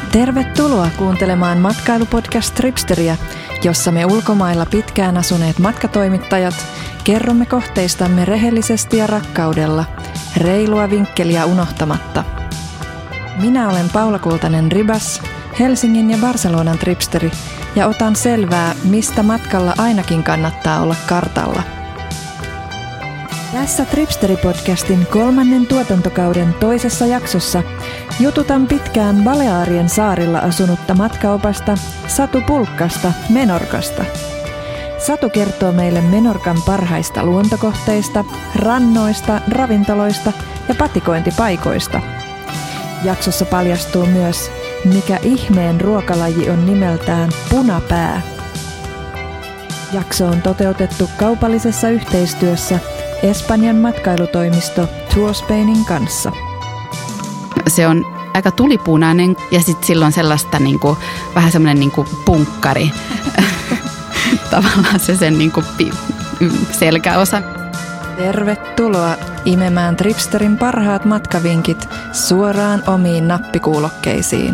Tervetuloa kuuntelemaan matkailupodcast Tripsteriä, jossa me ulkomailla pitkään asuneet matkatoimittajat kerromme kohteistamme rehellisesti ja rakkaudella, reilua vinkkeliä unohtamatta. Minä olen Paula Kultanen-Ribas, Helsingin ja Barcelonan tripsteri, ja otan selvää, mistä matkalla ainakin kannattaa olla kartalla. Tässä Tripsteri-podcastin 3. tuotantokauden toisessa jaksossa jututan pitkään Balearien saarilla asunutta matkaopasta Satu Pulkkasta Menorcasta. Satu kertoo meille Menorcan parhaista luontokohteista, rannoista, ravintoloista ja patikointipaikoista. Jaksossa paljastuu myös, mikä ihmeen ruokalaji on nimeltään punapää. Jakso on toteutettu kaupallisessa yhteistyössä Espanjan matkailutoimisto Tourspainin kanssa. Se on aika tulipunainen ja sitten silloin sellaista niinku, vähän semmoinen niinku punkkari. Tavallaan se sen niinku selkäosa. Tervetuloa imemään Tripsterin parhaat matkavinkit suoraan omiin nappikuulokkeisiin.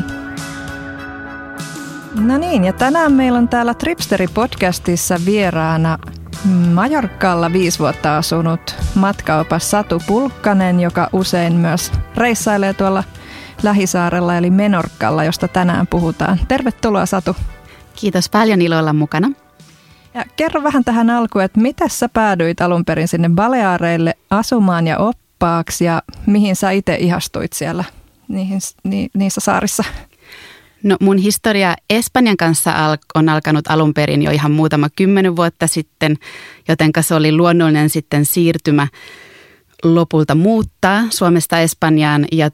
No niin, ja tänään meillä on täällä Tripsteri-podcastissa vieraana Majorcalla 5 vuotta asunut matkaopas Satu Pulkkanen, joka usein myös reissailee tuolla lähisaarella eli Menorcalla, josta tänään puhutaan. Tervetuloa, Satu. Kiitos paljon, ilo olla mukana. Ja kerro vähän tähän alkuun, että miten sä päädyit alun perin sinne Baleareille asumaan ja oppaaksi ja mihin sä itse ihastuit siellä niissä saarissa? No mun historia Espanjan kanssa on alkanut alun perin jo ihan muutama 10 vuotta sitten, jotenka se oli luonnollinen sitten siirtymä lopulta muuttaa Suomesta Espanjaan ja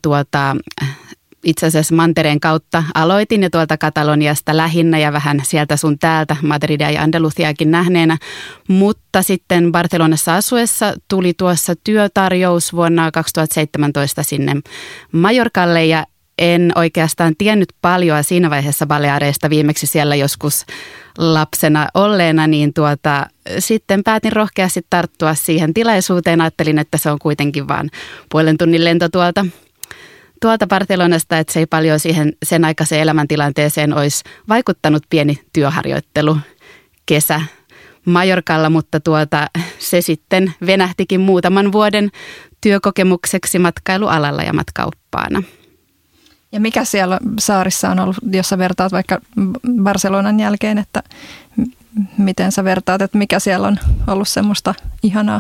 itse asiassa mantereen kautta aloitin ja tuolta Kataloniasta lähinnä ja vähän sieltä sun täältä Madridia ja Andalusiakin nähneenä, mutta sitten Barcelonassa asuessa tuli tuossa työtarjous vuonna 2017 sinne Majorcalle ja en oikeastaan tiennyt paljon siinä vaiheessa Baleareista viimeksi siellä joskus lapsena olleena, niin sitten päätin rohkeasti tarttua siihen tilaisuuteen. Ajattelin, että se on kuitenkin vain puolen tunnin lento tuolta Barcelonasta, että se ei paljon siihen sen aikaiseen elämäntilanteeseen olisi vaikuttanut pieni työharjoittelu kesä Majorcalla, mutta se sitten venähtikin muutaman vuoden työkokemukseksi matkailualalla ja matkaoppaana. Ja mikä siellä saarissa on ollut, jos sä vertaat vaikka Barcelonan jälkeen, että miten sä vertaat, että mikä siellä on ollut semmoista ihanaa?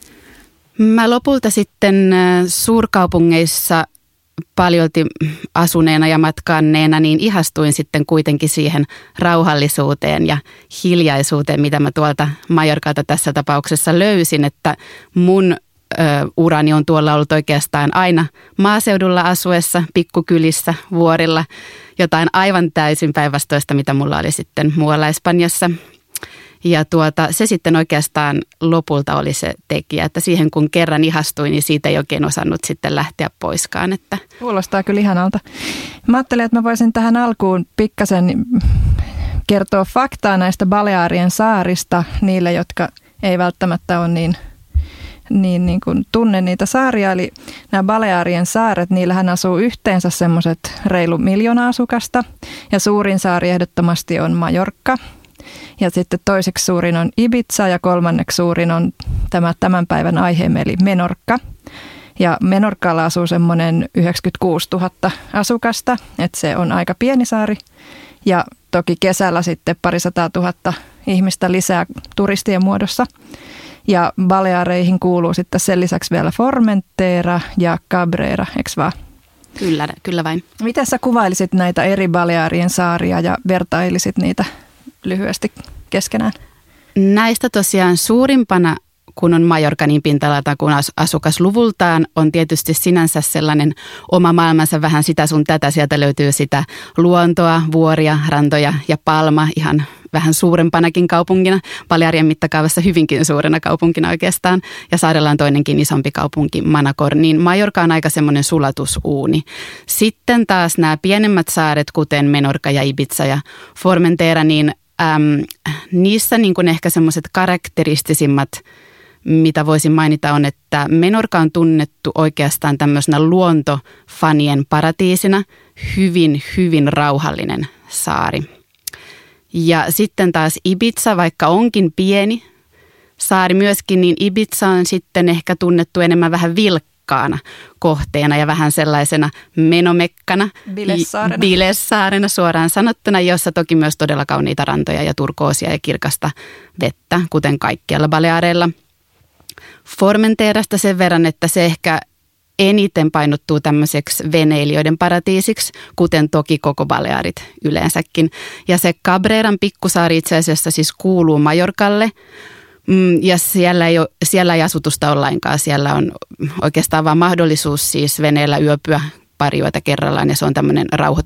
Mä lopulta sitten suurkaupungeissa paljolti asuneena ja matkanneena, niin ihastuin sitten kuitenkin siihen rauhallisuuteen ja hiljaisuuteen, mitä mä tuolta Majorcalta tässä tapauksessa löysin, että mun urani on tuolla ollut oikeastaan aina maaseudulla asuessa, pikkukylissä, vuorilla, jotain aivan täysin päinvastoista, mitä mulla oli sitten muualla Espanjassa. Ja se sitten oikeastaan lopulta oli se tekijä, että siihen kun kerran ihastuin, niin siitä ei oikein osannut sitten lähteä poiskaan. Että. Kuulostaa kyllä ihanalta. Mä ajattelin, että mä voisin tähän alkuun pikkasen kertoa faktaa näistä Balearien saarista niille, jotka ei välttämättä ole niin kuin tunne niitä saaria. Eli nämä Balearien saaret, niillähän asuu yhteensä semmoiset reilu 1 miljoonaa asukasta. Ja suurin saari ehdottomasti on Majorca. Ja sitten toiseksi suurin on Ibiza ja kolmanneksi suurin on tämän päivän aiheemme eli Menorca. Ja Menorcalla asuu semmoinen 96 000 asukasta, että se on aika pieni saari. Ja toki kesällä sitten 200 000 ihmistä lisää turistien muodossa. Ja Baleareihin kuuluu sitten sen lisäksi vielä Formentera ja Cabrera, eikö vaan? Kyllä vain. Miten sä kuvailisit näitä eri Balearien saaria ja vertailisit niitä lyhyesti keskenään? Näistä tosiaan suurimpana, kun on Majorca niin pinta-alalta kuin asukasluvultaan, on tietysti sinänsä sellainen oma maailmansa vähän sitä sun tätä. Sieltä löytyy sitä luontoa, vuoria, rantoja ja Palma ihan vähän suurempanakin kaupunkina, Balearien mittakaavassa hyvinkin suurena kaupunkina oikeastaan. Ja saarella on toinenkin isompi kaupunki, Manacor, niin Majorca on aika semmoinen sulatusuuni. Sitten taas nämä pienemmät saaret, kuten Menorca ja Ibiza ja Formentera, niin niissä niin kuin ehkä semmoiset karakteristisimmat mitä voisin mainita on, että Menorca on tunnettu oikeastaan tämmöisenä luontofanien paratiisina, hyvin, hyvin rauhallinen saari. Ja sitten taas Ibiza, vaikka onkin pieni saari myöskin, niin Ibiza on sitten ehkä tunnettu enemmän vähän vilkkaana kohteena ja vähän sellaisena menomekkana. Bilessaarena suoraan sanottuna, jossa toki myös todella kauniita rantoja ja turkoosia ja kirkasta vettä, kuten kaikkialla Baleareilla. Formenterasta sen verran, että se ehkä eniten painottuu tämmöiseksi veneilijöiden paratiisiksi, kuten toki koko Balearit yleensäkin. Ja se Cabreran pikkusaari itse asiassa siis kuuluu Majorkalle. Ja siellä ei asutusta ole lainkaan. Siellä on oikeastaan vaan mahdollisuus siis veneellä yöpyä pari yötä kerrallaan. Ja se on tämmöinen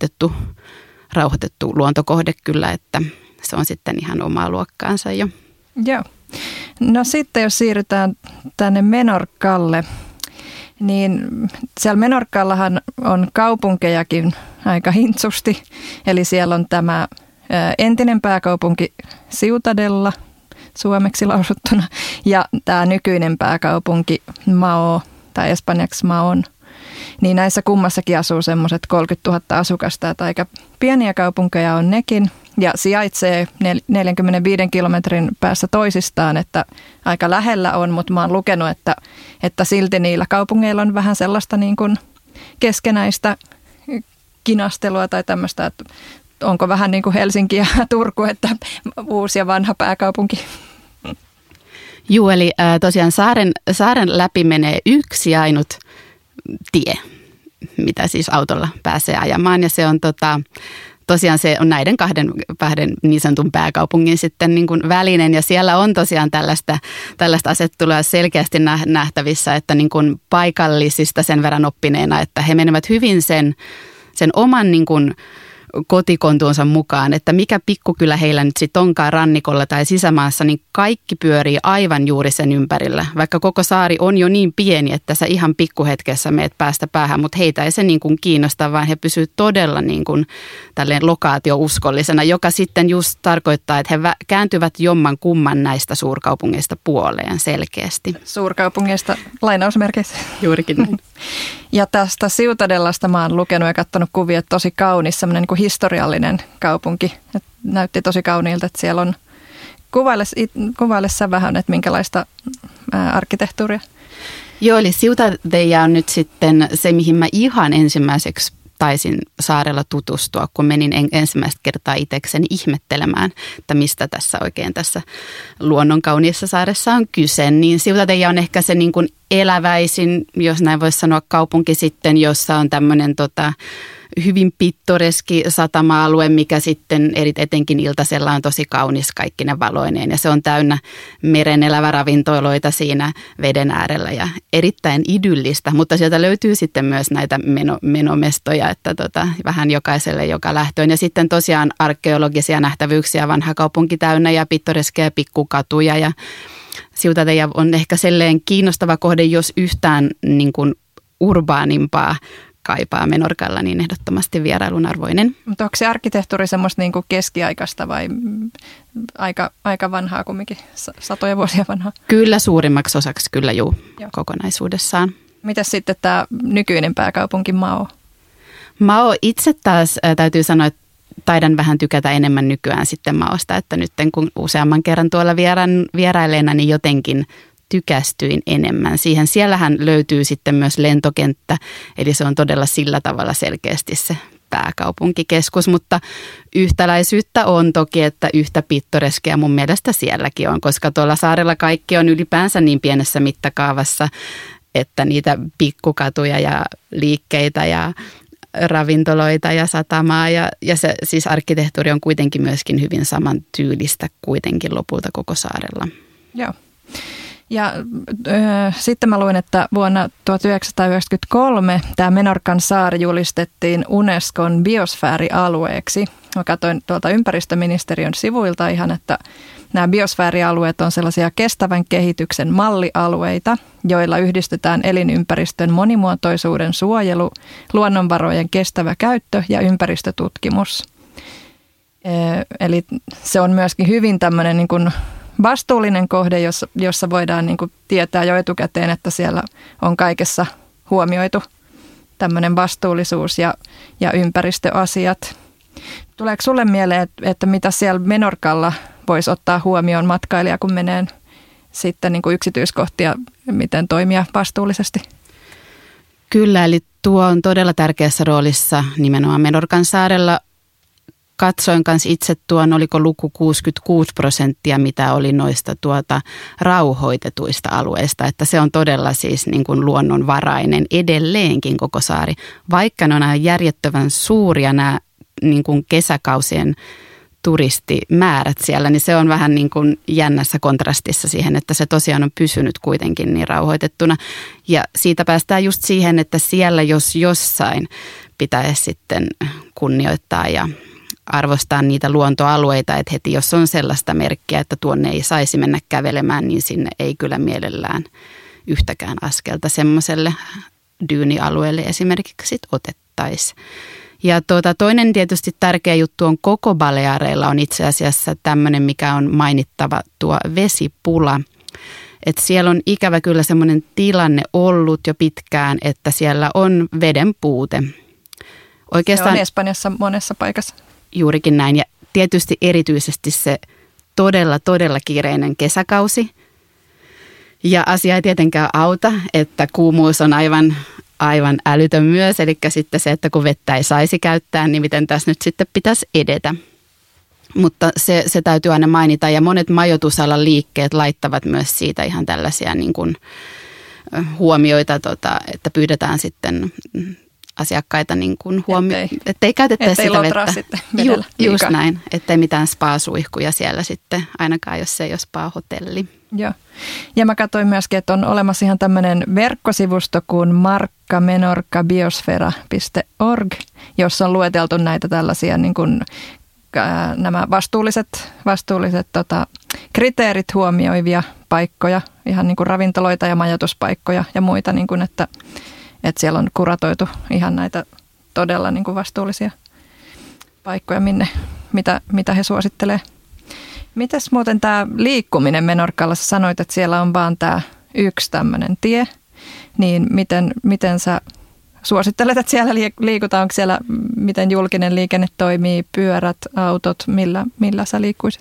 rauhoitettu luontokohde kyllä, että se on sitten ihan omaa luokkaansa jo. Joo. No sitten jos siirrytään tänne Menorcalle, niin siellä Menorcallahan on kaupunkejakin aika hintsusti. Eli siellä on tämä entinen pääkaupunki Ciutadella, suomeksi lausuttuna, ja tämä nykyinen pääkaupunki Mao, tai espanjaksi Maon. Niin näissä kummassakin asuu semmoiset 30 000 asukasta, että aika pieniä kaupunkeja on nekin, ja sijaitsee 45 kilometrin päässä toisistaan, että aika lähellä on, mutta mä oon lukenut, että silti niillä kaupungeilla on vähän sellaista niin kuin keskenäistä kinastelua tai tämmöistä, että onko vähän niin kuin Helsinki ja Turku, että uusi ja vanha pääkaupunki. Joo, eli tosiaan saaren läpi menee yksi ainut tie, mitä siis autolla pääsee ajamaan, ja se on tosiaan se on näiden kahden niin sanotun pääkaupungin sitten niin kuin välinen, ja siellä on tosiaan tällaista asettelua selkeästi nähtävissä, että niin kuin paikallisista sen verran oppineena, että he menevät hyvin sen oman niin kuin kotikontuunsa mukaan, että mikä pikkukylä heillä nyt sitten onkaan rannikolla tai sisämaassa, niin kaikki pyörii aivan juuri sen ympärillä. Vaikka koko saari on jo niin pieni, että sä ihan pikkuhetkessä meet päästä päähän, mutta heitä ei se niin kuin kiinnosta, vaan he pysyvät todella niin kuin tälleen lokaatiouskollisena, joka sitten just tarkoittaa, että he kääntyvät jomman kumman näistä suurkaupungeista puoleen selkeästi. Suurkaupungeista lainausmerkeissä. Juurikin näin. Ja tästä Ciutadellasta mä oon lukenut ja katsonut kuvia, että tosi kaunis, semmoinen niin kuin historiallinen kaupunki. Että näytti tosi kauniilta, että siellä on, kuvaile sä vähän, että minkälaista arkkitehtuuria. Joo, eli Ciutadella on nyt sitten se, mihin mä ihan ensimmäiseksi taisin saarella tutustua, kun menin ensimmäistä kertaa itsekseni ihmettelemään, että mistä tässä luonnon kauniissa saaressa on kyse. Niin Ciutadella on ehkä se niin kuin eläväisin, jos näin voisi sanoa, kaupunki sitten, jossa on tämmöinen hyvin pittoreski satama-alue, mikä sitten etenkin iltasella on tosi kaunis kaikkine valoineen. Ja se on täynnä meren eläväravintoloita siinä veden äärellä ja erittäin idyllistä. Mutta sieltä löytyy sitten myös näitä menomestoja, että vähän jokaiselle joka lähtöön. Ja sitten tosiaan arkeologisia nähtävyyksiä, vanha kaupunki täynnä ja pittoreskeja pikkukatuja. Ja Ciutadella on ehkä selleen kiinnostava kohde, jos yhtään niin kuin urbaanimpaa kaipaa Menorcalla, niin ehdottomasti vierailun arvoinen. Mutta onko se arkkitehtuuri semmoista niin kuin keskiaikaista vai aika vanhaa kumminkin, satoja vuosia vanhaa? Kyllä suurimmaksi osaksi kyllä joo. Kokonaisuudessaan. Mitäs sitten tämä nykyinen pääkaupunki Mao? Mao itse taas täytyy sanoa, että taidan vähän tykätä enemmän nykyään sitten Maosta, että nyt kun useamman kerran tuolla vieraileena, niin jotenkin tykästyin enemmän siihen. Siellähän löytyy sitten myös lentokenttä, eli se on todella sillä tavalla selkeästi se pääkaupunkikeskus, mutta yhtäläisyyttä on toki, että yhtä pittoreskeä mun mielestä sielläkin on, koska tuolla saarella kaikki on ylipäänsä niin pienessä mittakaavassa, että niitä pikkukatuja ja liikkeitä ja ravintoloita ja satamaa ja se siis arkkitehtuuri on kuitenkin myöskin hyvin samantyylistä kuitenkin lopulta koko saarella. Joo. Ja sitten mä luin, että vuonna 1993 tämä Menorcan saari julistettiin Unescon biosfäärialueeksi. Mä katsoin tuolta ympäristöministeriön sivuilta ihan, että nämä biosfäärialueet on sellaisia kestävän kehityksen mallialueita, joilla yhdistetään elinympäristön monimuotoisuuden suojelu, luonnonvarojen kestävä käyttö ja ympäristötutkimus. Eli se on myöskin hyvin tämmöinen niin kuin vastuullinen kohde, jossa voidaan niin kuin tietää jo etukäteen, että siellä on kaikessa huomioitu tämmöinen vastuullisuus ja ympäristöasiat. Tuleeko sulle mieleen, että mitä siellä Menorcalla voisi ottaa huomioon matkailija, kun menee sitten niin kuin yksityiskohtia, miten toimia vastuullisesti? Kyllä, eli tuo on todella tärkeässä roolissa nimenomaan Menorcan saarella. Katsoin kanssa itse tuon, oliko luku 66%, mitä oli noista rauhoitetuista alueista. Että se on todella siis niin kuin luonnonvarainen edelleenkin koko saari. Vaikka ne on järjettömän suuria nämä niin kuin kesäkausien turistimäärät siellä, niin se on vähän niin kuin jännässä kontrastissa siihen, että se tosiaan on pysynyt kuitenkin niin rauhoitettuna. Ja siitä päästään just siihen, että siellä jos jossain pitäisi sitten kunnioittaa ja arvostaa niitä luontoalueita, että heti jos on sellaista merkkiä, että tuonne ei saisi mennä kävelemään, niin sinne ei kyllä mielellään yhtäkään askelta semmoiselle dyynialueelle esimerkiksi sit otettaisiin. Ja toinen tietysti tärkeä juttu on koko Baleareilla on itse asiassa tämmöinen, mikä on mainittava tuo vesipula. Että siellä on ikävä kyllä semmoinen tilanne ollut jo pitkään, että siellä on veden puute. Oikeastaan, se on Espanjassa monessa paikassa. Juurikin näin ja tietysti erityisesti se todella kiireinen kesäkausi. Ja asia ei tietenkään auta, että kuumuus on aivan älytön myös, eli sitten se, että kun vettä ei saisi käyttää, niin miten tässä nyt sitten pitäisi edetä. Mutta se täytyy aina mainita ja monet majoitusalan liikkeet laittavat myös siitä ihan tällaisia niin kuin huomioita, että pyydetään sitten asiakkaita niin kuin ettei käytettäisi sitä vettä. Sitten vedellä just näin, ettei mitään spa-suihkuja siellä sitten, ainakaan jos se ei ole spa-hotelli. Joo. Ja mä katsoin myöskin, että on olemassa ihan tämmöinen verkkosivusto kuin markkamenorcabiosfera.org, jossa on lueteltu näitä tällaisia niin kuin, nämä vastuulliset kriteerit huomioivia paikkoja, ihan niin kuin ravintoloita ja majoituspaikkoja ja muita, niin kuin, että siellä on kuratoitu ihan näitä todella niin kuin vastuullisia paikkoja, mitä he suosittelee. Mitäs muuten tämä liikkuminen Menorcalla? Sä sanoit, että siellä on vaan tämä yksi tämmöinen tie, niin miten sä suosittelet, että siellä liikutaan? Onko siellä, miten julkinen liikenne toimii, pyörät, autot, millä sä liikkuisit?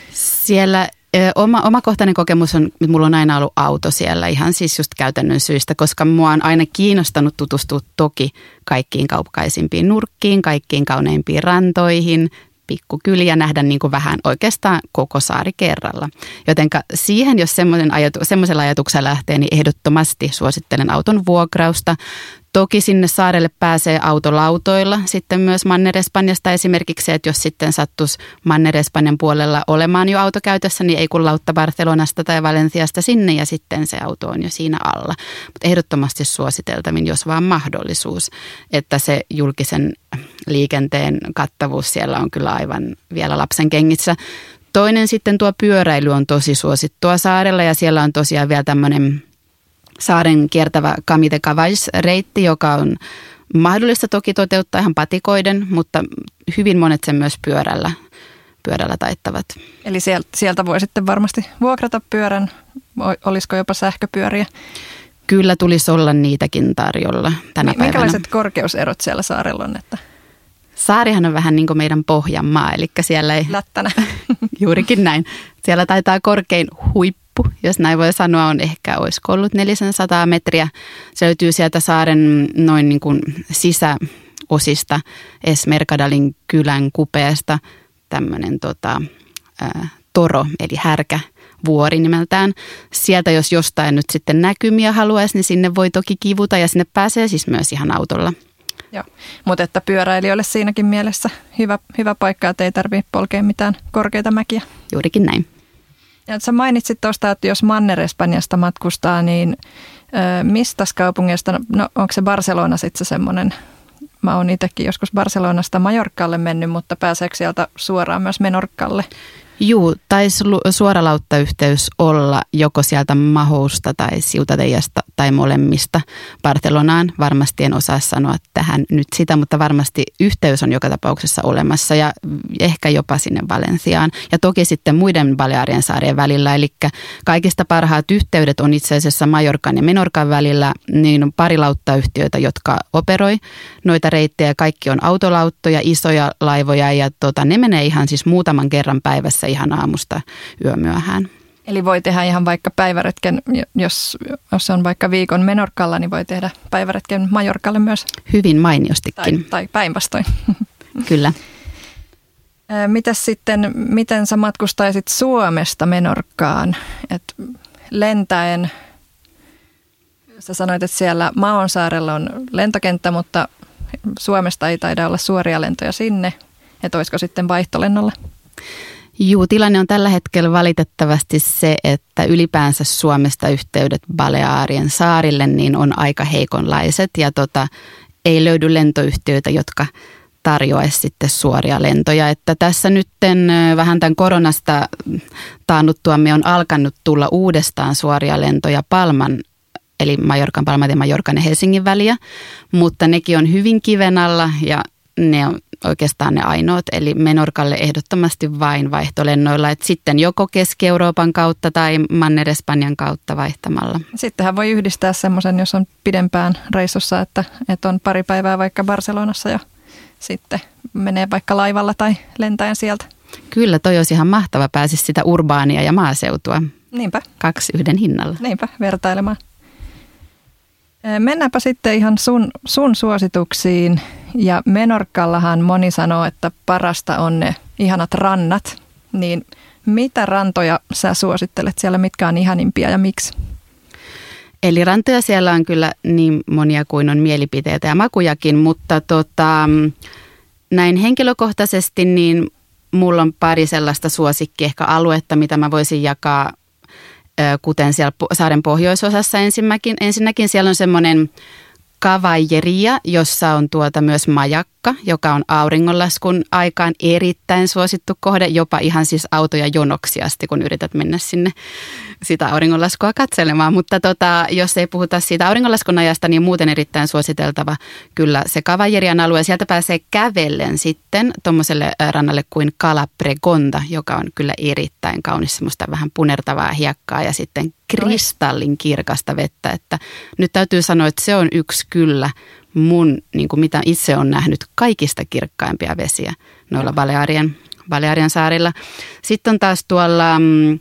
Siellä omakohtainen kokemus on, että mulla on aina ollut auto siellä ihan siis just käytännön syistä, koska mua on aina kiinnostanut tutustua toki kaikkiin kaukaisimpiin nurkkiin, kaikkiin kauneimpiin rantoihin, pikkukyliä nähdä niin kuin vähän oikeastaan koko saari kerralla. Jotenka siihen, jos semmoisella ajatuksella lähtee, niin ehdottomasti suosittelen auton vuokrausta. Toki sinne saarelle pääsee autolautoilla sitten myös Manner-Espanjasta esimerkiksi, että jos sitten sattuisi Manner-Espanjan puolella olemaan jo autokäytössä, niin ei kun lautta Barcelonasta tai Valenciasta sinne ja sitten se auto on jo siinä alla. Mutta ehdottomasti suositeltavin, jos vaan mahdollisuus, että se julkisen liikenteen kattavuus siellä on kyllä aivan vielä lapsen kengissä. Toinen sitten tuo pyöräily on tosi suosittua saarella ja siellä on tosiaan vielä tämmöinen saaren kiertävä Camí de Cavalls-reitti, joka on mahdollista toki toteuttaa ihan patikoiden, mutta hyvin monet sen myös pyörällä taittavat. Eli sieltä voi sitten varmasti vuokrata pyörän, olisiko jopa sähköpyöriä? Kyllä tulisi olla niitäkin tarjolla tänä päivänä. Minkälaiset korkeuserot siellä saarella on? Että saarihan on vähän niin kuin meidän Pohjanmaa, eli siellä ei lättänä. Juurikin näin. Siellä taitaa korkein huippu, jos näin voi sanoa, on ehkä olisiko ollut 400 metriä. Se löytyy sieltä saaren noin niin kuin sisäosista Es Mercadalin kylän kupeesta tämmöinen toro, eli härkävuori nimeltään. Sieltä jos jostain nyt sitten näkymiä haluaisi, niin sinne voi toki kivuta ja sinne pääsee siis myös ihan autolla. Joo, mutta että pyöräilijöille siinäkin mielessä hyvä paikka, että ei tarvitse polkea mitään korkeita mäkiä. Juurikin näin. Ja sä mainitsit tuosta, että jos Manner-Espanjasta matkustaa, niin mistä kaupungista, no onko se Barcelona sitten se semmoinen, mä oon itsekin joskus Barcelonasta Majorcalle mennyt, mutta pääseekö sieltä suoraan myös Menorcalle? Juu, taisi suoralauttayhteys olla joko sieltä Mahousta tai Ciutadellasta tai molemmista Barcelonaan. Varmasti en osaa sanoa tähän nyt sitä, mutta varmasti yhteys on joka tapauksessa olemassa ja ehkä jopa sinne Valenciaan. Ja toki sitten muiden Balearien saarien välillä, eli kaikista parhaat yhteydet on itse asiassa Majorkan ja Menorcan välillä. Niin on pari lauttayhtiöitä, jotka operoi noita reittejä. Kaikki on autolauttoja, isoja laivoja ja ne menee ihan siis muutaman kerran päivässä ihan aamusta yömyöhään. Eli voi tehdä ihan vaikka päiväretken, jos on vaikka viikon Menorcalla, niin voi tehdä päiväretken Majorkalle myös. Hyvin mainiostikin. Tai päinvastoin. Kyllä. Mitäs sitten, miten sä matkustaisit Suomesta Menorcaan? Et lentäen, sä sanoit, että siellä Mahonsaarella on lentokenttä, mutta Suomesta ei taida olla suoria lentoja sinne. Että olisiko sitten vaihtolennolla? Juu, tilanne on tällä hetkellä valitettavasti se, että ylipäänsä Suomesta yhteydet Balearien saarille niin on aika heikonlaiset ja ei löydy lentoyhtiöitä, jotka tarjoaisi sitten suoria lentoja. Että tässä nyt vähän tämän koronasta taannuttuamme on alkanut tulla uudestaan suoria lentoja Palman, eli Majorcan, Palma de Majorcan ja Helsingin väliä, mutta nekin on hyvin kiven alla ja ne on oikeastaan ne ainoat, eli Menorcalle ehdottomasti vain vaihtolennoilla, että sitten joko Keski-Euroopan kautta tai Manner-Espanjan kautta vaihtamalla. Sittenhän voi yhdistää semmoisen, jos on pidempään reissussa, että on pari päivää vaikka Barcelonassa ja sitten menee vaikka laivalla tai lentäen sieltä. Kyllä, toi olisi ihan mahtava, pääsisi sitä urbaania ja maaseutua. Niinpä. 2 yhden hinnalla. Niinpä, vertailemaan. Mennäänpä sitten ihan sun suosituksiin. Ja Menorcallahan moni sanoo, että parasta on ne ihanat rannat. Niin mitä rantoja sä suosittelet siellä, mitkä on ihanimpia ja miksi? Eli rantoja siellä on kyllä niin monia kuin on mielipiteitä ja makujakin, mutta näin henkilökohtaisesti niin mulla on pari sellaista suosikki ehkä aluetta, mitä mä voisin jakaa, kuten siellä saaren pohjoisosassa ensinnäkin siellä on semmoinen Cavalleria, jossa on myös majakka, joka on auringonlaskun aikaan erittäin suosittu kohde, jopa ihan siis autoja jonoksi asti, kun yrität mennä sinne sitä auringonlaskua katselemaan. Mutta jos ei puhuta siitä auringonlaskun ajasta, niin muuten erittäin suositeltava kyllä se Cavallerian alue. Sieltä pääsee kävellen sitten tuommoiselle rannalle kuin Cala Pregonda, joka on kyllä erittäin kaunis, semmoista vähän punertavaa hiekkaa ja sitten kristallin kirkasta vettä. Että nyt täytyy sanoa, että se on yksi kyllä mun, niin kuin mitä itse on nähnyt, kaikista kirkkaimpia vesiä noilla Balearien saarilla. Sitten on taas tuolla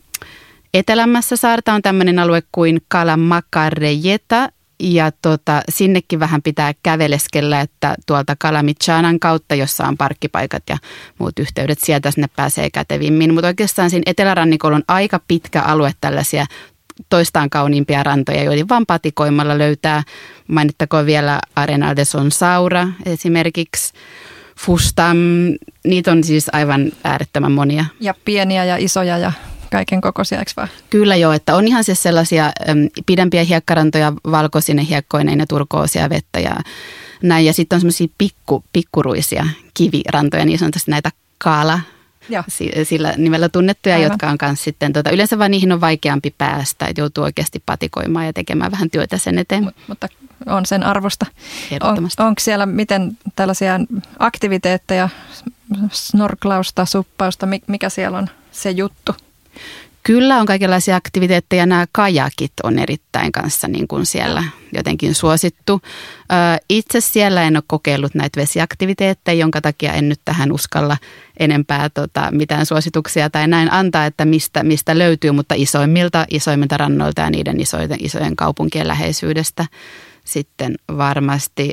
etelämässä saarta on tämmöinen alue kuin Cala Macarrelleta ja sinnekin vähän pitää käveleskellä, että tuolta Calamichanan kautta, jossa on parkkipaikat ja muut yhteydet, sieltä sinne pääsee kätevimmin. Mutta oikeastaan siinä etelärannikolla on aika pitkä alue tällaisia toistaan kauniimpia rantoja, joita vaan patikoimalla löytää. Mainittakoon vielä Arenal de Sonsaura esimerkiksi, Fustam, niitä on siis aivan äärettömän monia. Ja pieniä ja isoja ja kaiken kokoisia, eikö vaan? Kyllä joo, että on ihan siis sellaisia pidempiä hiekkarantoja, valkoisine hiekkoineen ja turkoosia vettä ja näin. Ja sitten on semmoisia pikkuruisia kivirantoja, niin sanotusti näitä kaala. Joo. Sillä nimellä tunnettuja, aivan. Jotka on myös sitten, yleensä vaan niihin on vaikeampi päästä, että joutuu oikeasti patikoimaan ja tekemään vähän työtä sen eteen. Mutta on sen arvosta. Onko siellä miten tällaisia aktiviteetteja, snorklausta, suppausta, mikä siellä on se juttu? Kyllä on kaikenlaisia aktiviteetteja. Nämä kajakit on erittäin kanssa niin kuin siellä jotenkin suosittu. Itse siellä en ole kokeillut näitä vesiaktiviteetteja, jonka takia en nyt tähän uskalla enempää mitään suosituksia tai näin antaa, että mistä löytyy, mutta isoimmilta rannoilta ja niiden isojen kaupunkien läheisyydestä sitten varmasti.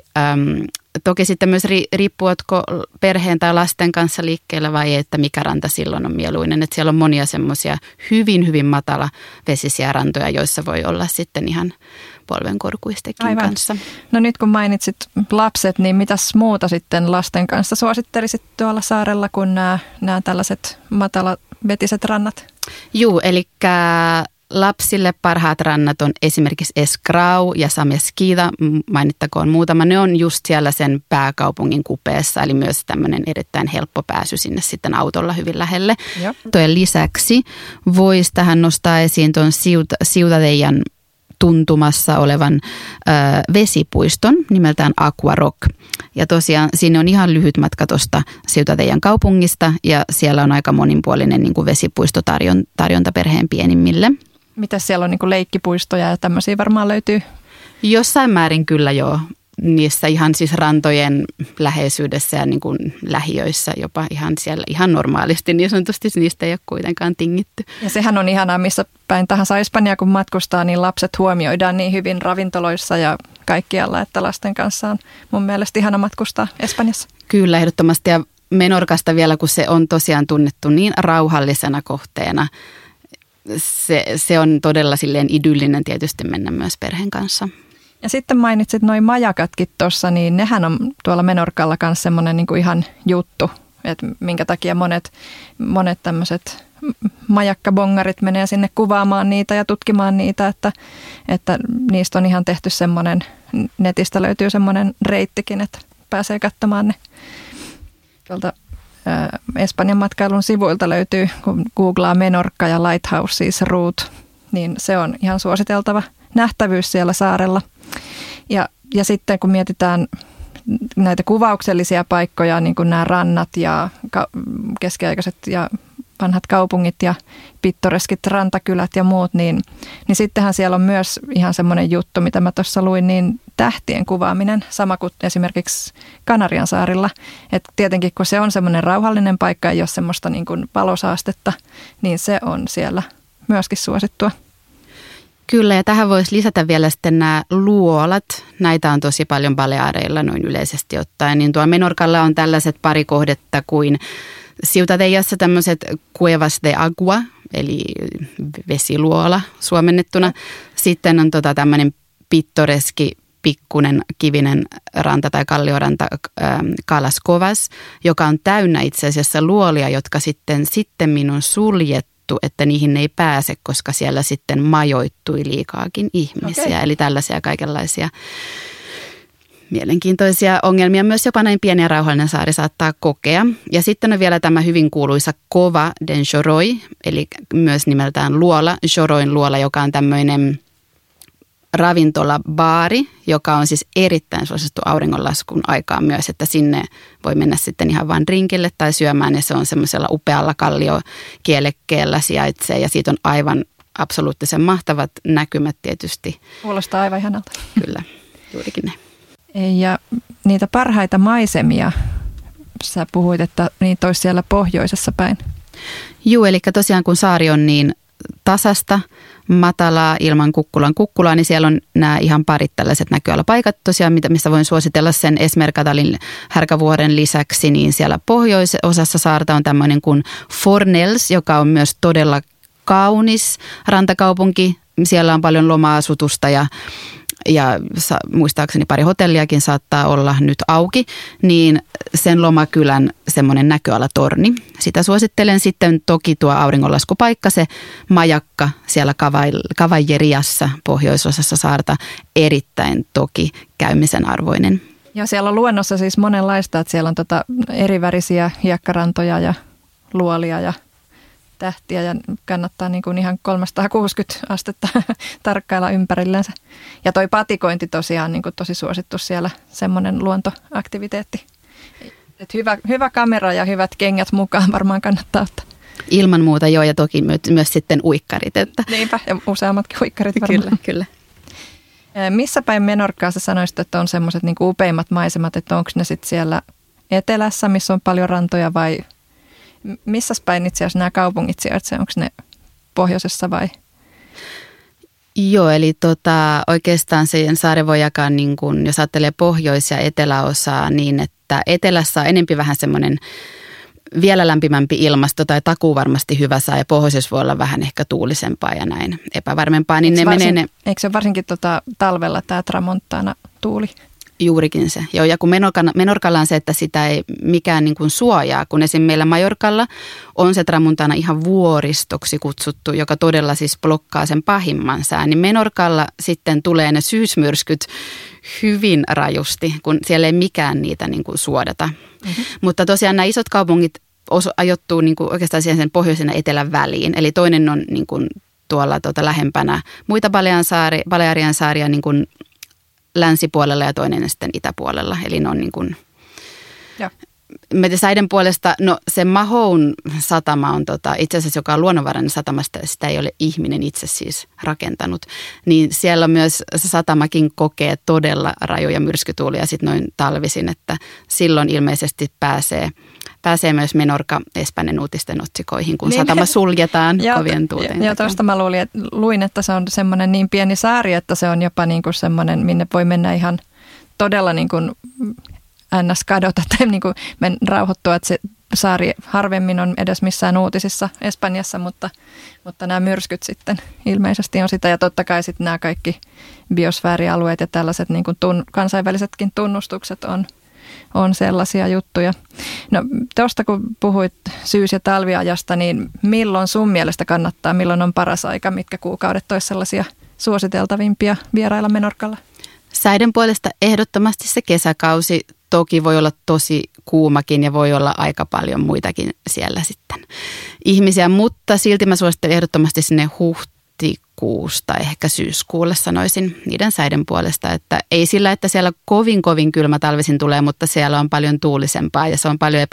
Toki sitten myös riippuvatko perheen tai lasten kanssa liikkeellä vai ei, että mikä ranta silloin on mieluinen. Että siellä on monia semmoisia hyvin, hyvin matala vesisiä rantoja, joissa voi olla sitten ihan polvenkorkuistekin aivan. Kanssa. No nyt kun mainitsit lapset, niin mitäs muuta sitten lasten kanssa suosittelisit tuolla saarella kuin nämä tällaiset matalavetiset rannat? Juu, eli lapsille parhaat rannat on esimerkiksi Eskrau ja Sameskida, mainittakoon muutama. Ne on just siellä sen pääkaupungin kupeessa, eli myös tämmöinen erittäin helppo pääsy sinne sitten autolla hyvin lähelle. Tojen lisäksi voisi tähän nostaa esiin tuon Ciudadellan tuntumassa olevan vesipuiston nimeltään Aqua Rock. Ja tosiaan siinä on ihan lyhyt matka tuosta Ciudadellan kaupungista ja siellä on aika monipuolinen niin kuin vesipuistotarjonta perheen pienimmille. Mitäs siellä on niin kuin leikkipuistoja ja tämmöisiä varmaan löytyy? Jossain määrin kyllä joo. Niissä ihan siis rantojen läheisyydessä ja niin kuin lähiöissä jopa ihan siellä ihan normaalisti. Niin sanotusti niistä ei ole kuitenkaan tingitty. Ja sehän on ihanaa, missä päin tahansa Espanjaa kun matkustaa, niin lapset huomioidaan niin hyvin ravintoloissa ja kaikkialla, että lasten kanssa on mun mielestä ihana matkustaa Espanjassa. Kyllä, ehdottomasti. Ja Menorcasta vielä, kun se on tosiaan tunnettu niin rauhallisena kohteena. Se on todella silleen idyllinen tietysti mennä myös perheen kanssa. Ja sitten mainitsit noi majakatkin tuossa, niin nehän on tuolla Menorcalla kanssa semmoinen niin kuin ihan juttu, että minkä takia monet tämmöiset majakkabongarit menee sinne kuvaamaan niitä ja tutkimaan niitä, että niistä on ihan tehty semmoinen, netistä löytyy semmoinen reittikin, että pääsee katsomaan ne. Tuolta Espanjan matkailun sivuilta löytyy, kun googlaa Menorca ja Lighthouses Route, niin se on ihan suositeltava nähtävyys siellä saarella. Ja sitten kun mietitään näitä kuvauksellisia paikkoja, niin kuin nämä rannat ja keskiaikaiset ja vanhat kaupungit ja pittoreskit rantakylät ja muut, niin sittenhän siellä on myös ihan semmoinen juttu, mitä mä tuossa luin, niin tähtien kuvaaminen, sama kuin esimerkiksi Kanarian saarilla. Et tietenkin kun se on semmoinen rauhallinen paikka, ei ole semmoista niin kuin valosaastetta, niin se on siellä myöskin suosittua. Kyllä, ja tähän voisi lisätä vielä sitten nämä luolat. Näitä on tosi paljon Baleareilla noin yleisesti ottaen. Niin tuolla Menorcalla on tällaiset pari kohdetta kuin Ciutadellassa tämmöiset cuevas de agua, eli vesiluola suomennettuna. Sitten on tämmöinen pittoreski pikkunen kivinen ranta tai kallioranta Calas Covas, joka on täynnä itse asiassa luolia, jotka sitten on suljettu, että niihin ei pääse, koska siellä sitten majoittui liikaakin ihmisiä. Okay. Eli tällaisia kaikenlaisia mielenkiintoisia ongelmia myös jopa näin pieni ja rauhallinen saari saattaa kokea. Ja sitten on vielä tämä hyvin kuuluisa Cova den Joroy, eli myös nimeltään luola, Joroyn luola, joka on tämmöinen ravintola-baari, joka on siis erittäin suosittu auringonlaskun aikaan myös, että sinne voi mennä sitten ihan vain drinkille tai syömään, ja se on semmoisella upealla kalliokielekkeellä sijaitsee, ja siitä on aivan absoluuttisen mahtavat näkymät tietysti. Kuulostaa aivan ihanalta. Kyllä, juurikin ne. Ja niitä parhaita maisemia, sä puhuit, että niitä olisi siellä pohjoisessa päin. Joo, eli tosiaan kun saari on niin tasasta, matalaa ilman kukkulaa, niin siellä on nämä ihan parit tällaiset näköalapaikat tosiaan, mistä voin suositella sen Esmercadalin härkävuoren lisäksi, niin siellä pohjoisosassa saarta on tämmöinen kuin Fornells, joka on myös todella kaunis rantakaupunki. Siellä on paljon loma-asutusta ja muistaakseni pari hotelliakin saattaa olla nyt auki, niin sen lomakylän semmoinen näköalatorni. Sitä suosittelen sitten toki tuo auringonlaskupaikka, se majakka siellä Cavalleriassa pohjoisosassa saarta, erittäin toki käymisen arvoinen. Ja siellä on luonnossa siis monenlaista, että siellä on erivärisiä hiekkarantoja ja luolia ja tähtiä ja kannattaa niin kuin ihan 360 astetta tarkkailla ympärillensä. Ja toi patikointi tosiaan niin kuin tosi suosittu siellä, semmoinen luontoaktiviteetti. Et hyvä kamera ja hyvät kengät mukaan varmaan kannattaa ottaa. Ilman muuta joo, ja toki myös sitten uikkarit. Että. Niinpä, ja useammatkin uikkarit varmaan. Kyllä. Missä päin Menorcaa sä sanoisit, että on semmoiset niin kuin upeimmat maisemat, että onko ne sitten siellä etelässä, missä on paljon rantoja, vai missä päin itse asiassa nämä kaupungit sijaitsevat? Onko ne pohjoisessa vai? Joo, eli oikeastaan sen saaren voi jakaa, niin kun, jos ajattelee pohjois- ja eteläosaa, niin että etelässä on enemmän vähän semmoinen vielä lämpimämpi ilmasto tai takuu varmasti hyvä saa, ja pohjoisessa voi olla vähän ehkä tuulisempaa ja näin epävarmempaa. Niin Eikö se ole varsinkin talvella tämä tramontana tuuli? Juurikin se. Joo, ja kun Menorcalla on se, että sitä ei mikään niin kuin suojaa, kun esim. Meillä Majorcalla on se Tramontana ihan vuoristoksi kutsuttu, joka todella siis blokkaa sen pahimman sään, niin Menorcalla sitten tulee ne syysmyrskyt hyvin rajusti, kun siellä ei mikään niitä niin kuin suodata. Mm-hmm. Mutta tosiaan nämä isot kaupungit ajoittuu niin kuin oikeastaan siihen sen pohjoisen ja etelän väliin, eli toinen on niin kuin tuolla lähempänä muita Balearian saaria niin kuin länsipuolella ja toinen sitten itäpuolella. Eli ne on niin kuin, säiden puolesta, no se Mahoun satama on itse asiassa, joka on luonnonvarainen satamasta, sitä ei ole ihminen itse siis rakentanut. Niin siellä myös se satamakin kokee todella rajuja myrskytuulia sitten noin talvisin, että silloin ilmeisesti pääsee myös Menorca Espanjan uutisten otsikoihin, kun satama suljetaan kovien tuulten. Joo, tuosta mä luin, että se on semmoinen niin pieni saari, että se on jopa niin kuin semmoinen, minne voi mennä ihan todella niin kuin ns. Kadota tai niin kuin rauhoittua, että se saari harvemmin on edes missään uutisissa Espanjassa, mutta nämä myrskyt sitten ilmeisesti on sitä. Ja totta kai sitten nämä kaikki biosfäärialueet ja tällaiset niin kuin kansainvälisetkin tunnustukset on sellaisia juttuja. No tuosta kun puhuit syys- ja talviajasta, niin milloin sun mielestä kannattaa, milloin on paras aika, mitkä kuukaudet olisi sellaisia suositeltavimpia vierailla Menorcalla? Säiden puolesta ehdottomasti se kesäkausi. Toki voi olla tosi kuumakin ja voi olla aika paljon muitakin siellä sitten ihmisiä, mutta silti mä suosittelen ehdottomasti sinne huhtikuusta, ehkä syyskuulle sanoisin niiden säiden puolesta, että ei sillä, että siellä kovin kylmä talvisin tulee, mutta siellä on paljon tuulisempaa ja se on paljon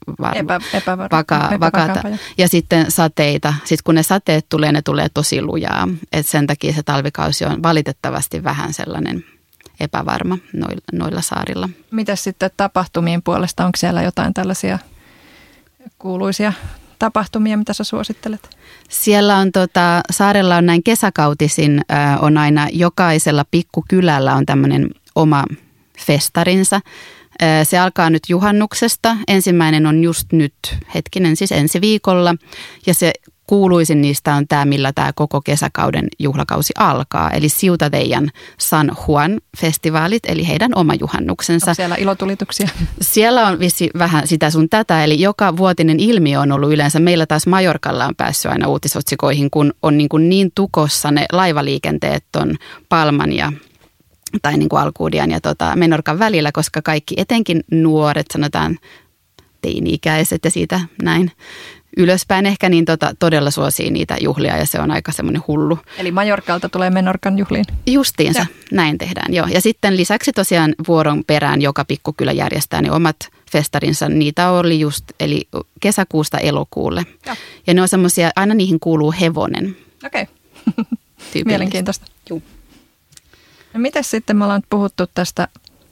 vakaata. Ja sitten sateita. Sitten kun ne sateet tulee, ne tulee tosi lujaa, että sen takia se talvikausi on valitettavasti vähän sellainen epävarma noilla saarilla. Mitäs sitten tapahtumien puolesta? Onko siellä jotain tällaisia kuuluisia tapahtumia, mitä sä suosittelet? Siellä on saarella on näin kesäkautisin, on aina jokaisella pikkukylällä on tämmöinen oma festarinsa. Se alkaa nyt juhannuksesta. Ensimmäinen on just nyt, siis ensi viikolla. Ja se kuuluisin niistä on tämä, millä tämä koko kesäkauden juhlakausi alkaa. Eli Ciutadellan San Juan-festivaalit, eli heidän oma juhannuksensa. Onko siellä ilotulituksia? Siellä on vissi vähän sitä sun tätä, eli joka vuotinen ilmiö on ollut yleensä. Meillä taas Majorcalla on päässyt aina uutisotsikoihin, kun on niin tukossa ne laivaliikenteet on Palman tai niin kuin Alcudian ja Menorcan välillä, koska kaikki etenkin nuoret, sanotaan teini-ikäiset ja siitä näin ylöspäin ehkä, niin todella suosii niitä juhlia ja se on aika semmoinen hullu. Eli Majorcalta tulee Menorcan juhliin? Justiinsa, näin tehdään, joo. Ja sitten lisäksi tosiaan vuoron perään joka pikkukylä järjestää ne omat festarinsa. Niitä oli just, eli kesäkuusta elokuulle. Ja ne on semmoisia, aina niihin kuuluu hevonen. Okei, mielenkiintoista. Joo. No mites sitten, me ollaan puhuttu tästä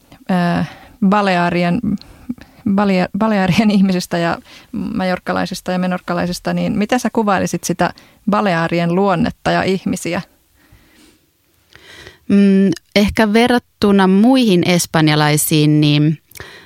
Balearien ihmisistä ja majorkkalaisista ja menorkkalaisista, niin miten sä kuvailisit sitä Balearien luonnetta ja ihmisiä? Ehkä verrattuna muihin espanjalaisiin, niin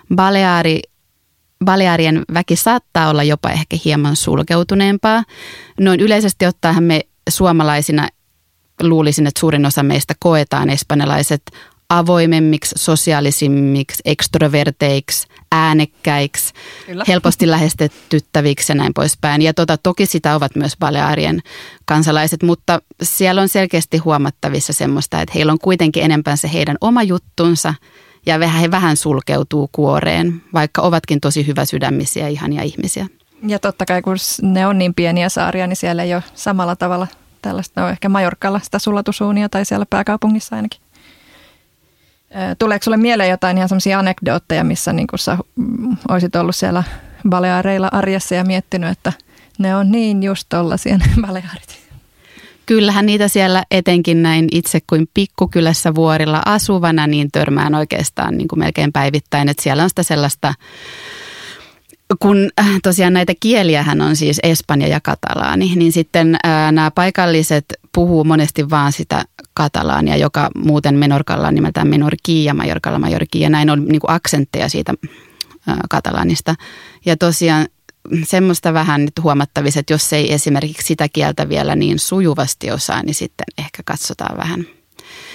Balearien väki saattaa olla jopa ehkä hieman sulkeutuneempaa. Noin yleisesti ottaen me suomalaisina luulisin, että suurin osa meistä koetaan espanjalaiset avoimemmiksi, sosiaalisimmiksi, ekstroverteiksi, äänekkäiksi, kyllä, helposti lähestyttäviksi ja näin poispäin. Ja toki sitä ovat myös Balearien kansalaiset, mutta siellä on selkeästi huomattavissa semmoista, että heillä on kuitenkin enempää se heidän oma juttunsa ja he vähän sulkeutuu kuoreen, vaikka ovatkin tosi hyväsydämisiä, ihania ihmisiä. Ja totta kai, kun ne on niin pieniä saaria, niin siellä ei ole samalla tavalla tällaista, no ehkä Majorcalla sitä sulatusuunia tai siellä pääkaupungissa ainakin. Tuleeko sulle mieleen jotain ihan sellaisia anekdootteja, missä niin kun sä olisit ollut siellä Baleareilla arjessa ja miettinyt, että ne on niin just tollaisia ne Balearit? Kyllähän niitä siellä etenkin näin itse kuin pikkukylässä vuorilla asuvana, niin törmään oikeastaan niin kuin melkein päivittäin, että siellä on sitä sellaista, kun tosiaan näitä kieliähän on siis espanja ja katalaani, niin sitten nämä paikalliset puhuu monesti vaan sitä katalaania, joka muuten Menorcalla on nimeltään Menorquí ja Majorcalla Mallorquí, ja näin on niin kuin aksentteja siitä katalaanista. Ja tosiaan semmoista vähän nyt huomattavissa, että jos ei esimerkiksi sitä kieltä vielä niin sujuvasti osaa, niin sitten ehkä katsotaan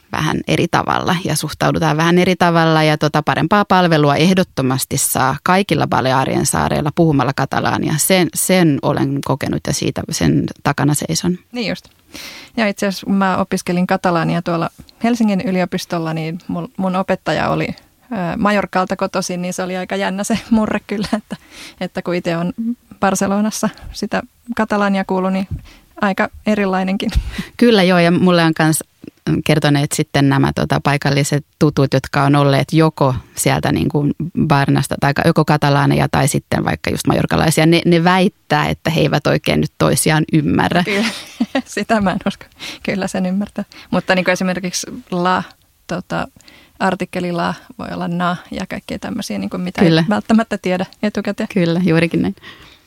vähän eri tavalla ja suhtaudutaan vähän eri tavalla ja parempaa palvelua ehdottomasti saa kaikilla Balearien saareilla puhumalla katalaania. Sen olen kokenut ja siitä sen takana seison. Niin just. Ja itse asiassa kun mä opiskelin katalaania tuolla Helsingin yliopistolla, niin mun opettaja oli Majorkalta kotoisin, niin se oli aika jännä se murre kyllä, että kun itse on Barcelonassa sitä katalaania kuullut, niin aika erilainenkin. Kyllä joo, ja mulle on myös kertoneet sitten nämä paikalliset tutut, jotka on olleet joko sieltä niin kuin Barnasta tai joko katalaaneja tai sitten vaikka just majorkalaisia. Ne väittää, että he eivät oikein nyt toisiaan ymmärrä. Kyllä, sitä mä en usko. Kyllä sen ymmärtää. Mutta niin kuin esimerkiksi artikkeli la voi olla na ja kaikkea tämmöisiä, niin kuin mitä Kyllä. ei välttämättä tiedä etukäteen. Kyllä, juurikin näin.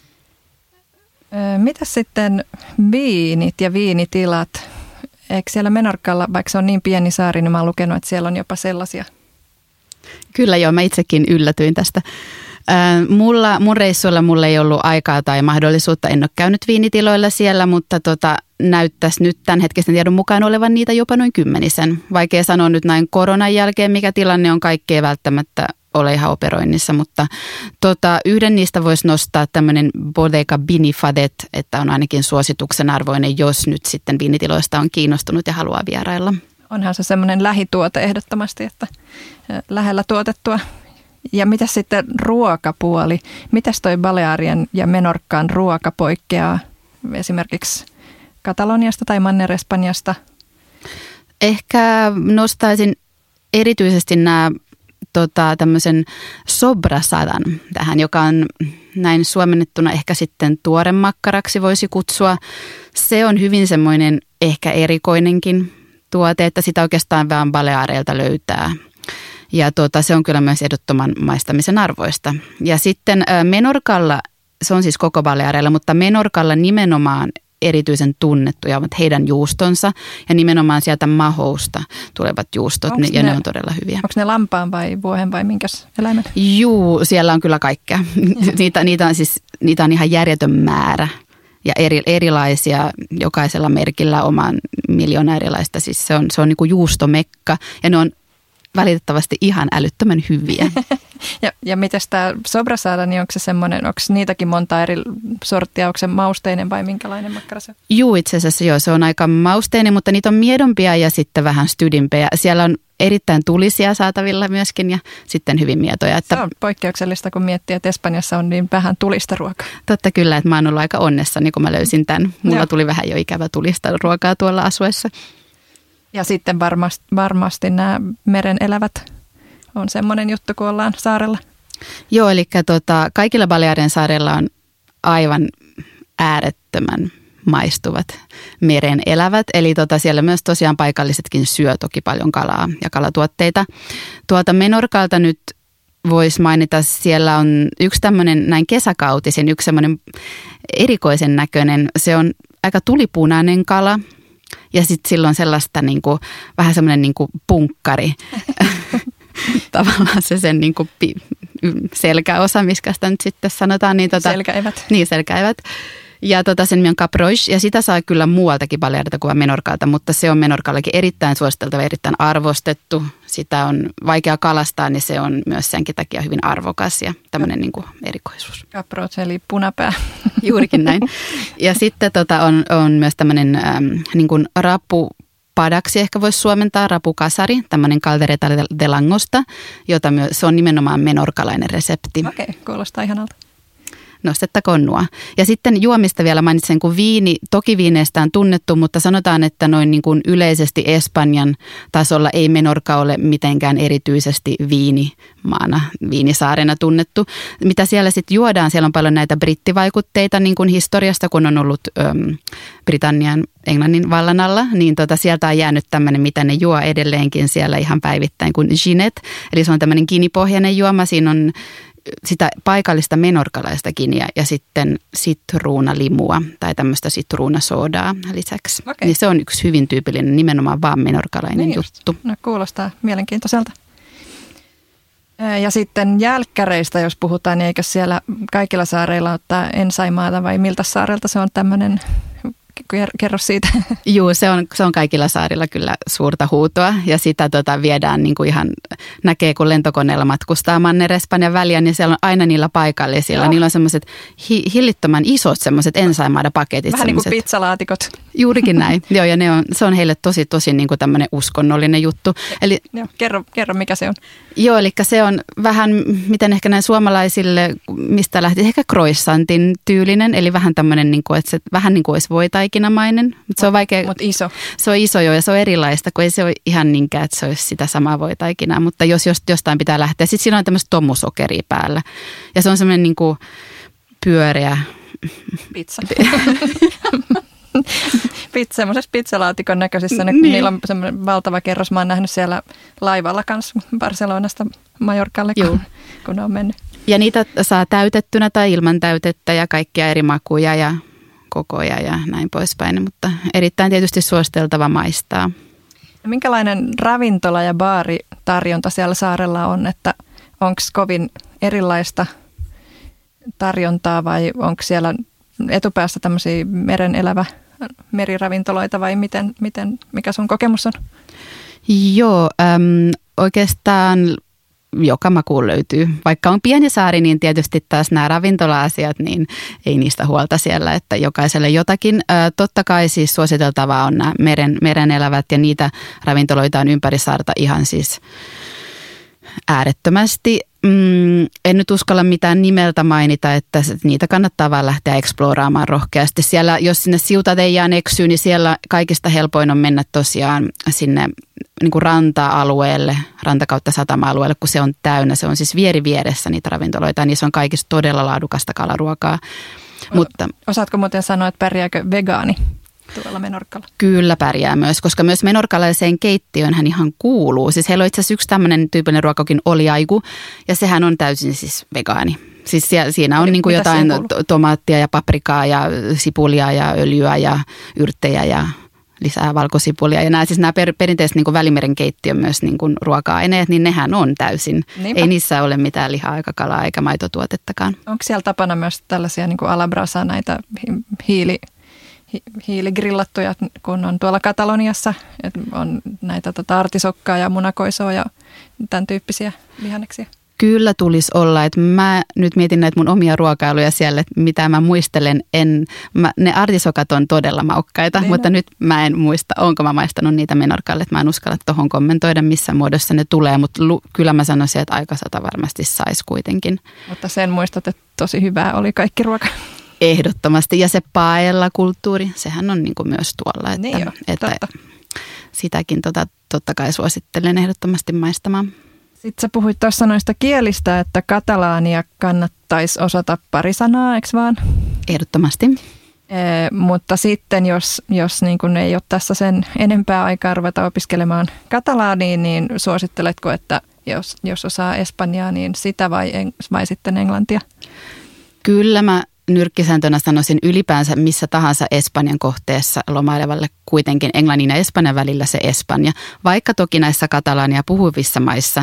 Mitäs sitten viinit ja viinitilat? Eikö siellä Menorcalla, vaikka se on niin pieni saari, niin mä oon lukenut, että siellä on jopa sellaisia? Kyllä joo, mä itsekin yllätyin tästä. Mun reissuilla mulla ei ollut aikaa tai mahdollisuutta, en ole käynyt viinitiloilla siellä, mutta näyttäisi nyt tämän hetkisen tiedon mukaan olevan niitä jopa noin 10. Vaikea sanoa nyt näin koronan jälkeen, mikä tilanne on, kaikkea välttämättä ole ihan operoinnissa, mutta yhden niistä voisi nostaa tämmöinen Bodega Binifadet, että on ainakin suosituksen arvoinen, jos nyt sitten viinitiloista on kiinnostunut ja haluaa vierailla. Onhan se semmoinen lähituote ehdottomasti, että lähellä tuotettua. Ja mitä sitten ruokapuoli? Mitäs toi Balearien ja Menorcan ruoka poikkeaa esimerkiksi Kataloniasta tai Manner-Espanjasta? Ehkä nostaisin erityisesti nämä tämmöisen sobrasadan tähän, joka on näin suomennettuna ehkä sitten tuoremakkaraksi voisi kutsua. Se on hyvin semmoinen ehkä erikoinenkin tuote, että sitä oikeastaan vaan Baleareilta löytää. Ja se on kyllä myös ehdottoman maistamisen arvoista. Ja sitten Menorcalla, se on siis koko Baleareilla, mutta Menorcalla nimenomaan erityisen tunnettuja ovat heidän juustonsa ja nimenomaan sieltä mahousta tulevat juustot ja ne on todella hyviä. Onko ne lampaan vai vuohen vai minkäs eläimen? Juu, siellä on kyllä kaikkea. niitä on ihan järjetön määrä ja erilaisia, jokaisella merkillä oman miljoona erilaista. Siis se on niin kuin juustomekka ja ne on valitettavasti ihan älyttömän hyviä. Ja mites tämä sobrasada, niin onko se semmoinen, onko niitäkin monta eri sorttia, onko se mausteinen vai minkälainen makkara se on? Juu, itse asiassa joo, se on aika mausteinen, mutta niitä on miedompia ja sitten vähän stydimpiä. Siellä on erittäin tulisia saatavilla myöskin ja sitten hyvin mietoja. Se on poikkeuksellista, kun miettii, että Espanjassa on niin vähän tulista ruokaa. Totta kyllä, että mä oon ollut aika onnessani, kun mä löysin tämän. Mulla tuli vähän jo ikävä tulista ruokaa tuolla asuessa. Ja sitten varmasti nämä meren elävät on semmoinen juttu, kun ollaan saarella. Joo, eli kaikilla Balearien saarella on aivan äärettömän maistuvat meren elävät. Eli siellä myös tosiaan paikallisetkin syö toki paljon kalaa ja kalatuotteita. Menorcalta nyt voisi mainita, siellä on yksi tämmöinen näin kesäkautisin, yksi semmoinen erikoisen näköinen, se on aika tulipunainen kala. Ja sitten silloin sellaista niinku, vähän semmoinen niinku punkkari, tavallaan se sen niinku selkäosa, miskä sitä nyt sitten sanotaan. Niin selkäevät. Niin, selkäevät. Ja sen nimi on caproche, ja sitä saa kyllä muualtakin Balearilta kuin Menorcalta, mutta se on Menorcallakin erittäin suositeltava, erittäin arvostettu. Sitä on vaikea kalastaa, niin se on myös senkin takia hyvin arvokas ja tämmöinen niin kuin erikoisuus. Caproche eli punapää. Juurikin näin. Ja sitten on myös tämmöinen niin kuin rapupadaksi ehkä voisi suomentaa, rapukasari, tämmöinen caldereta de langosta, jota myös, se on nimenomaan menorcalainen resepti. Okei, kuulostaa ihanalta. Nostettakoon nuo. Ja sitten juomista vielä mainitsen, kun viini, toki viineistä on tunnettu, mutta sanotaan, että noin niin kuin yleisesti Espanjan tasolla ei Menorca ole mitenkään erityisesti viinimaana, viinisaarena tunnettu. Mitä siellä sitten juodaan, siellä on paljon näitä brittivaikutteita niin kuin historiasta, kun on ollut Britannian, Englannin vallan alla, niin sieltä on jäänyt tämmöinen, mitä ne juo edelleenkin siellä ihan päivittäin kuin Ginet. Eli se on tämmöinen ginipohjainen juoma, siinä on sitä paikallista menorcalaista giniä ja sitten sitruunalimua tai tämmöistä sitruunasoodaa lisäksi. Okay. Niin se on yksi hyvin tyypillinen, nimenomaan vaan menorcalainen niin juttu. No kuulostaa mielenkiintoiselta. Ja sitten jälkkäreistä, jos puhutaan, niin eikö siellä kaikilla saareilla ottaa ensaimaata vai miltä saarelta se on tämmöinen kerro siitä. Juu, se on kaikilla saarilla kyllä suurta huutoa ja sitä viedään niin kuin ihan, näkee kun lentokoneella matkustaa Manner-Espanjan väliä, niin siellä on aina niillä paikallisilla. Niillä on semmoiset hillittömän isot semmoiset ensaimaada-paketit. Vähän niin kuin pizzalaatikot. Juurikin näin. Joo, ja se on heille tosi niin kuin tämmöinen uskonnollinen juttu. Eli, joo, kerro, mikä se on. Joo, eli se on vähän, miten ehkä näin suomalaisille, mistä lähti, ehkä croissantin tyylinen, eli vähän tämmöinen, niin kuin, että se vähän niin kuin olisi voitaikinamainen. Mutta se on vaikea. Mutta iso. Se on iso jo ja se on erilaista, kun ei se ole ihan niinkään, että se olisi sitä samaa voitaikinaa. Mutta jos jostain pitää lähteä, sitten siinä on tämmöistä tomusokeria päällä. Ja se on semmoinen niin kuin pyöreä. Pizza. Semmoisessa pizzalaatikon näköisissä. Niin. Niillä on semmoinen valtava kerros. Mä oon nähnyt siellä laivalla kanssa Barcelonasta Majorkalle, kun on mennyt. Ja niitä saa täytettynä tai ilman täytettä ja kaikkia eri makuja ja kokoja ja näin poispäin. Mutta erittäin tietysti suositeltava maistaa. Minkälainen ravintola- ja baaritarjonta siellä saarella on? Että onko kovin erilaista tarjontaa vai onko siellä etupäässä tämmöisiä meren elävä meriravintoloita vai mikä sun kokemus on? Joo, oikeastaan joka makuun löytyy. Vaikka on pieni saari, niin tietysti taas nämä ravintola-asiat, niin ei niistä huolta siellä, että jokaiselle jotakin. Totta kai siis suositeltavaa on nämä meren elävät ja niitä ravintoloita on ympäri saarta ihan siis äärettömästi. En nyt uskalla mitään nimeltä mainita, että niitä kannattaa vaan lähteä eksploraamaan rohkeasti. Siellä, jos sinne Ciutadellään eksyy, niin siellä kaikista helpoin on mennä tosiaan sinne niin kuin ranta-alueelle, ranta kautta satama-alueelle, kun se on täynnä. Se on siis vieressä niitä ravintoloita, niin se on kaikista todella laadukasta kalaruokaa. Mutta osaatko muuten sanoa, että pärjääkö vegaani tuolla Menorcalla? Kyllä pärjää myös, koska myös menorcalaiseen keittiöön hän ihan kuuluu. Siis heillä on itse asiassa yksi tämmöinen tyypillinen ruokakin oliaigu, ja sehän on täysin siis vegaani. Siis siinä on niin kuin jotain tomaattia ja paprikaa ja sipulia ja öljyä ja yrttejä ja lisää valkosipulia. Ja nämä perinteiset niin kuin Välimeren keittiön myös niin kuin ruoka-aineet, niin nehän on täysin. Niinpä. Ei niissä ole mitään lihaa eikä kalaa eikä maitotuotettakaan. Onko siellä tapana myös tällaisia niin kuin alabrasa, näitä hiiligrillattuja, kun on tuolla Kataloniassa, että on näitä artisokkaa ja munakoisoa ja tämän tyyppisiä vihanneksia? Kyllä tulisi olla, että mä nyt mietin näitä mun omia ruokailuja siellä, että mitä mä muistelen. Ne artisokat on todella maukkaita, niin mutta nyt mä en muista, onko mä maistanut niitä Menorcalle, että mä en uskalla tuohon kommentoida, missä muodossa ne tulee, mutta kyllä mä sanoisin, että aikasata varmasti saisi kuitenkin. Mutta sen muistat, että tosi hyvää oli kaikki ruoka. Ehdottomasti. Ja se paella-kulttuuri, sehän on niin kuin myös tuolla, että sitäkin totta kai suosittelen ehdottomasti maistamaan. Sitten sä puhuit tuossa noista kielistä, että katalaania kannattaisi osata pari sanaa, eikö vaan? Ehdottomasti. Mutta sitten, jos niin kun ei ole tässä sen enempää aikaa ruveta opiskelemaan katalaania, niin suositteletko, että jos osaa espanjaa, niin sitä vai sitten englantia? Kyllä mä nyrkkisääntönä sanoisin ylipäänsä missä tahansa Espanjan kohteessa lomailevalle kuitenkin englannin ja espanjan välillä se Espanja. Vaikka toki näissä katalaania puhuvissa maissa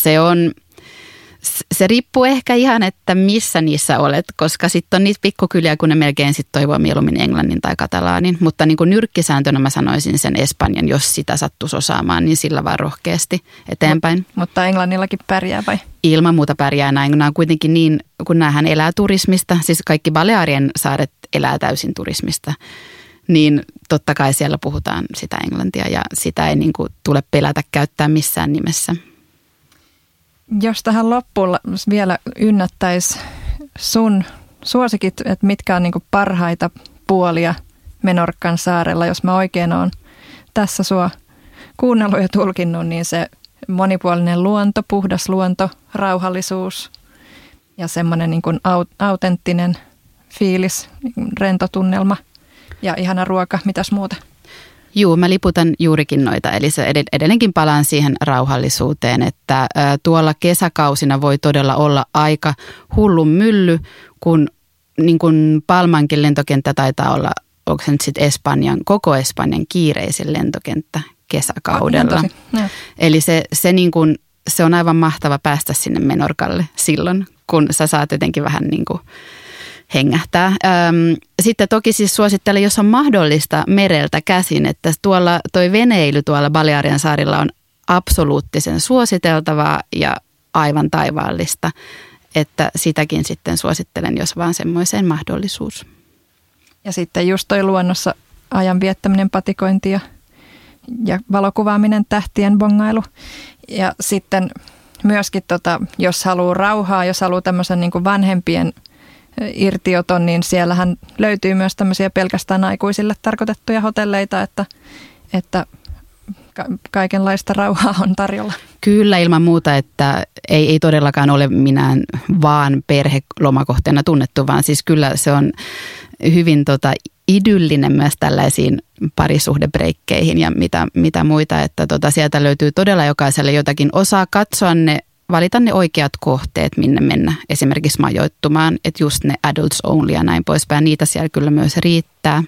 se riippuu ehkä ihan, että missä niissä olet, koska sitten on niitä pikkukyliä, kun ne melkein sitten toivoo mieluummin englannin tai katalaanin. Mutta niin kuin nyrkkisääntönä mä sanoisin sen espanjan, jos sitä sattuisi osaamaan, niin sillä vaan rohkeasti eteenpäin. Mutta englannillakin pärjää vai? Ilman muuta pärjää näin. Nämä on kuitenkin niin, kun näähän elää turismista, siis kaikki Balearien saaret elää täysin turismista, niin totta kai siellä puhutaan sitä englantia ja sitä ei niin kuin tule pelätä käyttää missään nimessä. Jos tähän loppuun vielä ynnättäisi sun suosikit, että mitkä on niin kuin parhaita puolia Menorcan saarella, jos mä oikein olen tässä sua kuunnellut ja tulkinnut, niin se monipuolinen luonto, puhdas luonto, rauhallisuus ja semmoinen niin kuin autenttinen fiilis, rento tunnelma ja ihana ruoka, mitäs muuta? Juu, mä liputan juurikin noita, eli se edelleenkin palaan siihen rauhallisuuteen, että tuolla kesäkausina voi todella olla aika hullun mylly, kun niin kuin Palmankin lentokenttä taitaa olla, onko se nyt sitten koko Espanjan kiireisin lentokenttä kesäkaudella. Eli se, niin kuin, se on aivan mahtava päästä sinne Menorcalle silloin, kun sä saat jotenkin vähän niin kuin hengähtää. Sitten toki siis suosittelen, jos on mahdollista mereltä käsin, että toi veneily tuolla Balearian saarilla on absoluuttisen suositeltavaa ja aivan taivaallista, että sitäkin sitten suosittelen, jos vaan semmoiseen mahdollisuus. Ja sitten just toi luonnossa ajan viettäminen, patikointi ja valokuvaaminen, tähtien bongailu. Ja sitten myöskin, jos haluaa rauhaa, jos haluaa tämmöisen niin kuin vanhempien irtioton, niin siellähän löytyy myös tämmöisiä pelkästään aikuisille tarkoitettuja hotelleita, että kaikenlaista rauhaa on tarjolla. Kyllä, ilman muuta, että ei todellakaan ole minään vaan perhelomakohteena tunnettu, vaan siis kyllä se on hyvin idyllinen myös tällaisiin parisuhdebreikkeihin ja mitä muita, että sieltä löytyy todella jokaiselle jotakin. Osaa katsoa valita ne oikeat kohteet, minne mennä esimerkiksi majoittumaan, että just ne adults only ja näin poispäin, niitä siellä kyllä myös riittää.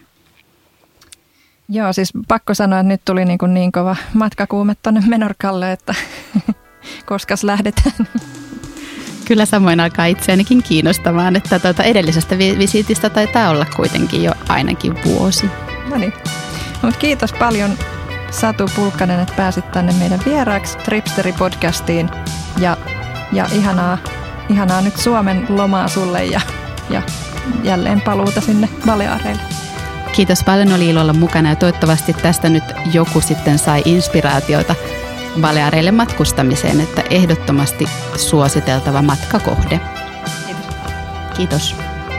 Joo, siis pakko sanoa, että nyt tuli niin kova matkakuume tuonne Menorcalle, että koskas lähdetään. Kyllä samoin alkaa itseänikin kiinnostamaan, että edellisestä visiitistä taitaa olla kuitenkin jo ainakin vuosi. No niin, mutta kiitos paljon Satu Pulkkanen, että pääsit tänne meidän vieraaksi Tripsteri-podcastiin ja ihanaa nyt Suomen lomaa sulle ja jälleen paluuta sinne Baleareille. Kiitos paljon, oli ilo olla mukana ja toivottavasti tästä nyt joku sitten sai inspiraatiota Baleareille matkustamiseen, että ehdottomasti suositeltava matkakohde. Kiitos.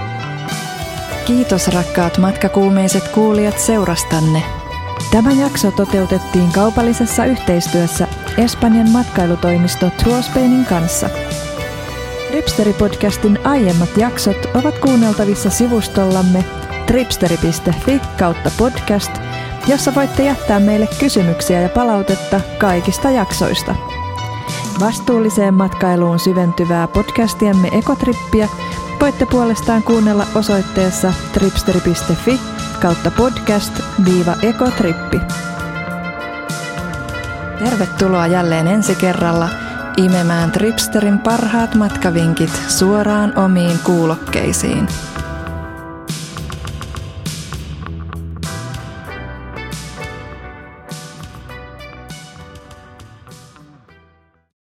Kiitos rakkaat matkakuumeiset kuulijat seurastanne. Tämä jakso toteutettiin kaupallisessa yhteistyössä Espanjan matkailutoimisto Tourspainin kanssa. Tripsteri-podcastin aiemmat jaksot ovat kuunneltavissa sivustollamme tripsteri.fi/podcast, jossa voitte jättää meille kysymyksiä ja palautetta kaikista jaksoista. Vastuulliseen matkailuun syventyvää podcastiamme Ekotrippiä voitte puolestaan kuunnella osoitteessa tripsteri.fi/podcast-ekotrippi. Tervetuloa jälleen ensi kerralla imemään Tripsterin parhaat matkavinkit suoraan omiin kuulokkeisiin.